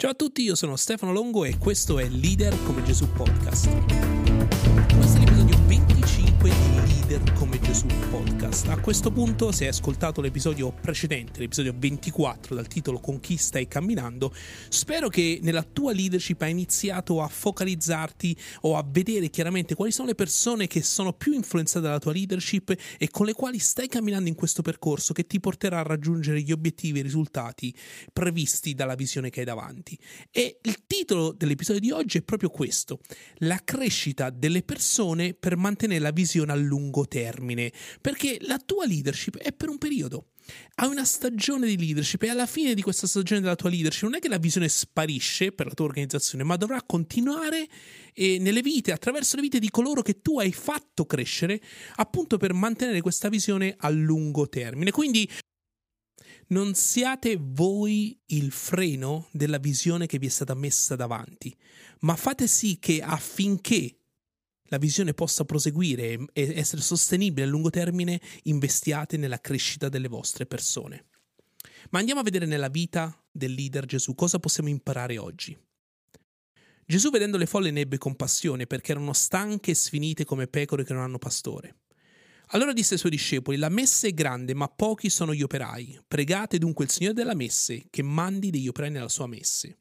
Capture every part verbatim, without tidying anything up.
Ciao a tutti, io sono Stefano Longo e questo è Leader come Gesù Podcast. Questo è l'episodio venticinque di Leader come Gesù Podcast. A questo punto, se hai ascoltato l'episodio precedente, l'episodio ventiquattro dal titolo Con chi stai camminando, spero che nella tua leadership hai iniziato a focalizzarti o a vedere chiaramente quali sono le persone che sono più influenzate dalla tua leadership e con le quali stai camminando in questo percorso che ti porterà a raggiungere gli obiettivi e i risultati previsti dalla visione che hai davanti. E il titolo dell'episodio di oggi è proprio questo: la crescita delle persone per mantenere la visione a lungo termine, perché la tua leadership è per un periodo. Hai una stagione di leadership e alla fine di questa stagione della tua leadership non è che la visione sparisce per la tua organizzazione, ma dovrà continuare eh, nelle vite, attraverso le vite di coloro che tu hai fatto crescere, appunto per mantenere questa visione a lungo termine. Quindi non siate voi il freno della visione che vi è stata messa davanti, ma fate sì che affinché la visione possa proseguire e essere sostenibile a lungo termine, investiate nella crescita delle vostre persone. Ma andiamo a vedere nella vita del leader Gesù cosa possiamo imparare oggi. Gesù, vedendo le folle, ne ebbe compassione perché erano stanche e sfinite come pecore che non hanno pastore. Allora disse ai suoi discepoli: la messe è grande, ma pochi sono gli operai. Pregate dunque il Signore della messe che mandi degli operai nella sua messe.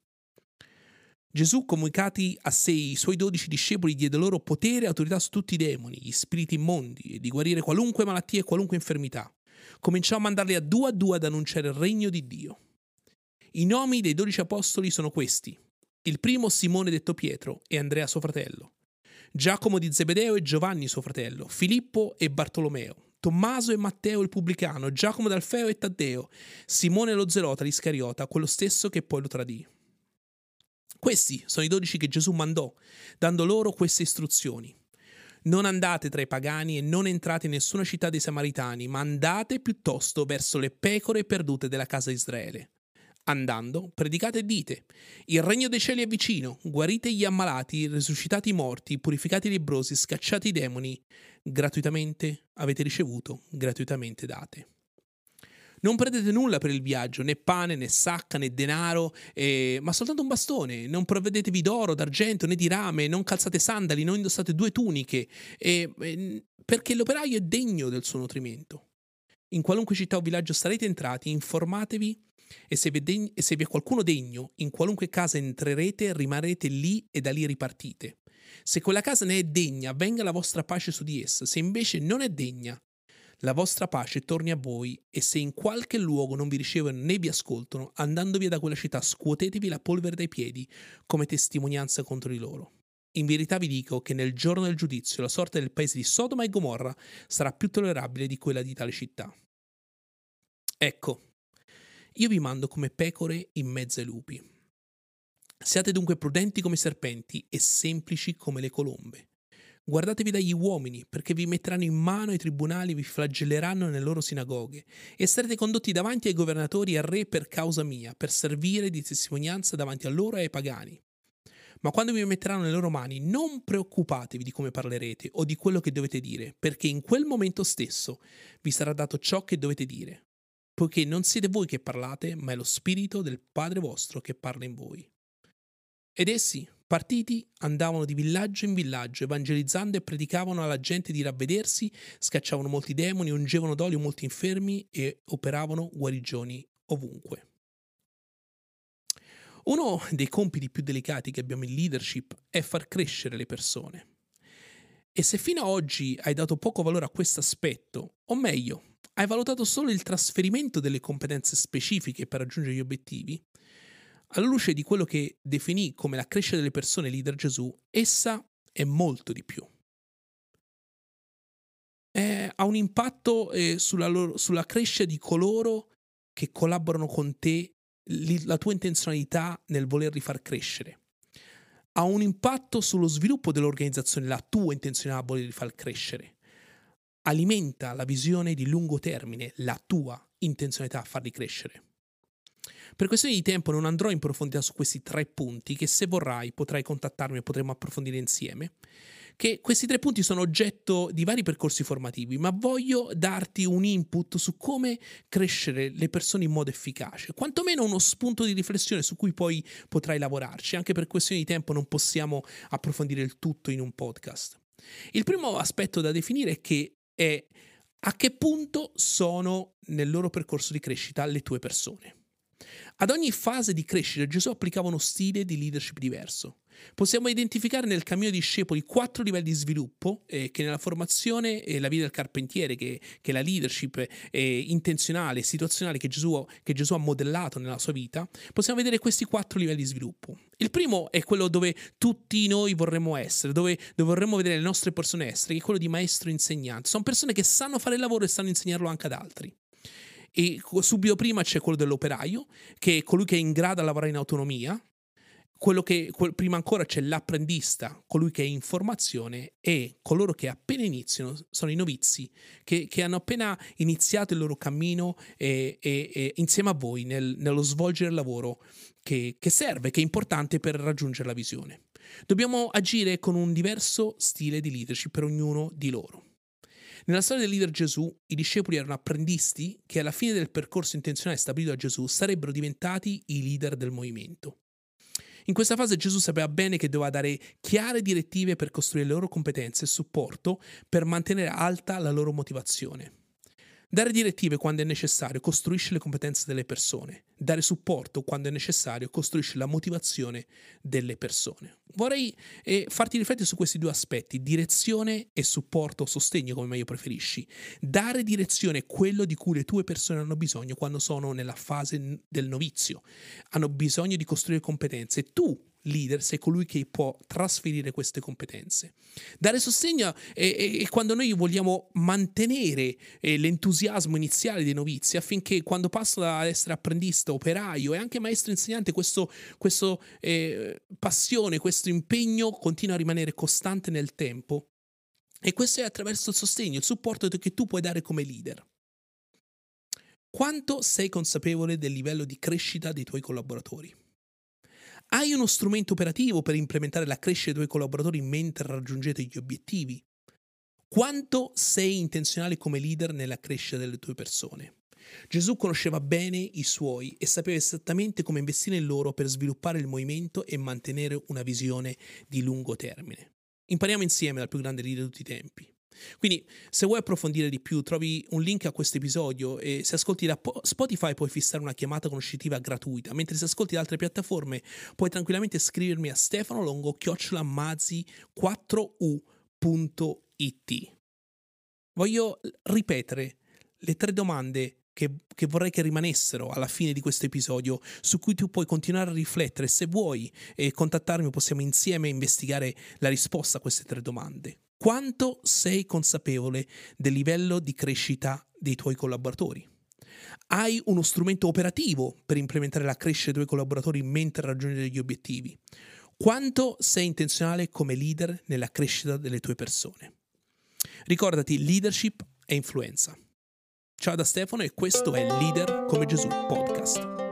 Gesù, comunicati a sé i suoi dodici discepoli, diede loro potere e autorità su tutti i demoni, gli spiriti immondi, e di guarire qualunque malattia e qualunque infermità. Cominciò a mandarli a due a due ad annunciare il regno di Dio. I nomi dei dodici apostoli sono questi: il primo Simone detto Pietro e Andrea suo fratello, Giacomo di Zebedeo e Giovanni suo fratello, Filippo e Bartolomeo, Tommaso e Matteo il pubblicano, Giacomo d'Alfeo e Taddeo, Simone lo zelota l'Iscariota, quello stesso che poi lo tradì. Questi sono i dodici che Gesù mandò, dando loro queste istruzioni: non andate tra i pagani e non entrate in nessuna città dei Samaritani, ma andate piuttosto verso le pecore perdute della casa di Israele. Andando, predicate e dite: il regno dei cieli è vicino, guarite gli ammalati, risuscitate i morti, purificate i lebbrosi, scacciate i demoni. Gratuitamente avete ricevuto, gratuitamente date. Non prendete nulla per il viaggio, né pane, né sacca, né denaro, eh, ma soltanto un bastone. Non provvedetevi d'oro, d'argento, né di rame, non calzate sandali, non indossate due tuniche, eh, eh, perché l'operaio è degno del suo nutrimento. In qualunque città o villaggio sarete entrati, informatevi, e se, vi è degno, e se vi è qualcuno degno, in qualunque casa entrerete, rimarrete lì e da lì ripartite. Se quella casa ne è degna, venga la vostra pace su di essa. Se invece non è degna, la vostra pace torni a voi, e se in qualche luogo non vi ricevono né vi ascoltano, andando via da quella città scuotetevi la polvere dai piedi come testimonianza contro di loro. In verità vi dico che nel giorno del giudizio la sorte del paese di Sodoma e Gomorra sarà più tollerabile di quella di tale città. Ecco, io vi mando come pecore in mezzo ai lupi. Siate dunque prudenti come serpenti e semplici come le colombe. Guardatevi dagli uomini, perché vi metteranno in mano ai tribunali e vi flagelleranno nelle loro sinagoghe, e sarete condotti davanti ai governatori e al re per causa mia, per servire di testimonianza davanti a loro e ai pagani. Ma quando vi metteranno nelle loro mani, non preoccupatevi di come parlerete o di quello che dovete dire, perché in quel momento stesso vi sarà dato ciò che dovete dire, poiché non siete voi che parlate, ma è lo Spirito del Padre vostro che parla in voi. Ed essi, partiti, andavano di villaggio in villaggio, evangelizzando e predicavano alla gente di ravvedersi, scacciavano molti demoni, ungevano d'olio molti infermi e operavano guarigioni ovunque. Uno dei compiti più delicati che abbiamo in leadership è far crescere le persone. E se fino ad oggi hai dato poco valore a questo aspetto, o meglio, hai valutato solo il trasferimento delle competenze specifiche per raggiungere gli obiettivi, alla luce di quello che definì come la crescita delle persone leader Gesù, essa è molto di più. È, ha un impatto eh, sulla, loro, sulla crescita di coloro che collaborano con te, li, la tua intenzionalità nel volerli far crescere. Ha un impatto sullo sviluppo dell'organizzazione, la tua intenzionalità a volerli far crescere. Alimenta la visione di lungo termine, la tua intenzionalità a farli crescere. Per questioni di tempo non andrò in profondità su questi tre punti che, se vorrai, potrai contattarmi e potremo approfondire insieme. che questi tre punti sono oggetto di vari percorsi formativi, ma voglio darti un input su come crescere le persone in modo efficace, quantomeno uno spunto di riflessione su cui poi potrai lavorarci. Anche per questioni di tempo non possiamo approfondire il tutto in un podcast. Il primo aspetto da definire è che è a che punto sono nel loro percorso di crescita le tue persone. Ad ogni fase di crescita Gesù applicava uno stile di leadership diverso. Possiamo identificare nel cammino dei discepoli quattro livelli di sviluppo eh, che nella formazione e la vita del carpentiere, che, che la leadership eh, intenzionale, situazionale che Gesù, che Gesù ha modellato nella sua vita, possiamo vedere questi quattro livelli di sviluppo. Il primo è quello dove tutti noi vorremmo essere, dove, dove vorremmo vedere le nostre persone essere, che è quello di maestro-insegnante. Sono persone che sanno fare il lavoro e sanno insegnarlo anche ad altri. E subito prima c'è quello dell'operaio, che è colui che è in grado a lavorare in autonomia. Quello che, quel, prima ancora c'è l'apprendista, colui che è in formazione, e coloro che appena iniziano sono i novizi, che, che hanno appena iniziato il loro cammino e, e, e insieme a voi nel, nello svolgere il lavoro che, che serve, che è importante per raggiungere la visione. Dobbiamo agire con un diverso stile di leadership per ognuno di loro. Nella storia del leader Gesù, i discepoli erano apprendisti che alla fine del percorso intenzionale stabilito da Gesù sarebbero diventati i leader del movimento. In questa fase Gesù sapeva bene che doveva dare chiare direttive per costruire le loro competenze e supporto per mantenere alta la loro motivazione. Dare direttive quando è necessario costruisce le competenze delle persone. Dare supporto quando è necessario costruisce la motivazione delle persone. Vorrei eh, farti riflettere su questi due aspetti, direzione e supporto o sostegno, come meglio preferisci. Dare direzione è quello di cui le tue persone hanno bisogno quando sono nella fase del novizio. Hanno bisogno di costruire competenze. Tu, leader, sei colui che può trasferire queste competenze. Dare sostegno è, è, è quando noi vogliamo mantenere eh, l'entusiasmo iniziale dei novizi, affinché quando passano ad essere apprendista, operaio e anche maestro insegnante, questo, questo eh, passione, questo impegno continua a rimanere costante nel tempo. E questo è attraverso il sostegno, il supporto che tu puoi dare come leader. Quanto sei consapevole del livello di crescita dei tuoi collaboratori? Hai uno strumento operativo per implementare la crescita dei tuoi collaboratori mentre raggiungete gli obiettivi? Quanto sei intenzionale come leader nella crescita delle tue persone? Gesù conosceva bene i suoi e sapeva esattamente come investire in loro per sviluppare il movimento e mantenere una visione di lungo termine. Impariamo insieme dal più grande leader di tutti i tempi. Quindi, se vuoi approfondire di più, trovi un link a questo episodio e se ascolti da Spotify puoi fissare una chiamata conoscitiva gratuita, mentre se ascolti da altre piattaforme puoi tranquillamente scrivermi a stefanolongo chiocciola mazzi quattro u punto it. Voglio ripetere le tre domande che, che vorrei che rimanessero alla fine di questo episodio, su cui tu puoi continuare a riflettere. Se vuoi eh, contattarmi, possiamo insieme investigare la risposta a queste tre domande. Quanto sei consapevole del livello di crescita dei tuoi collaboratori? Hai uno strumento operativo per implementare la crescita dei tuoi collaboratori mentre raggiungere gli obiettivi? Quanto sei intenzionale come leader nella crescita delle tue persone? Ricordati, leadership e influenza. Ciao da Stefano e questo è Leader come Gesù Podcast.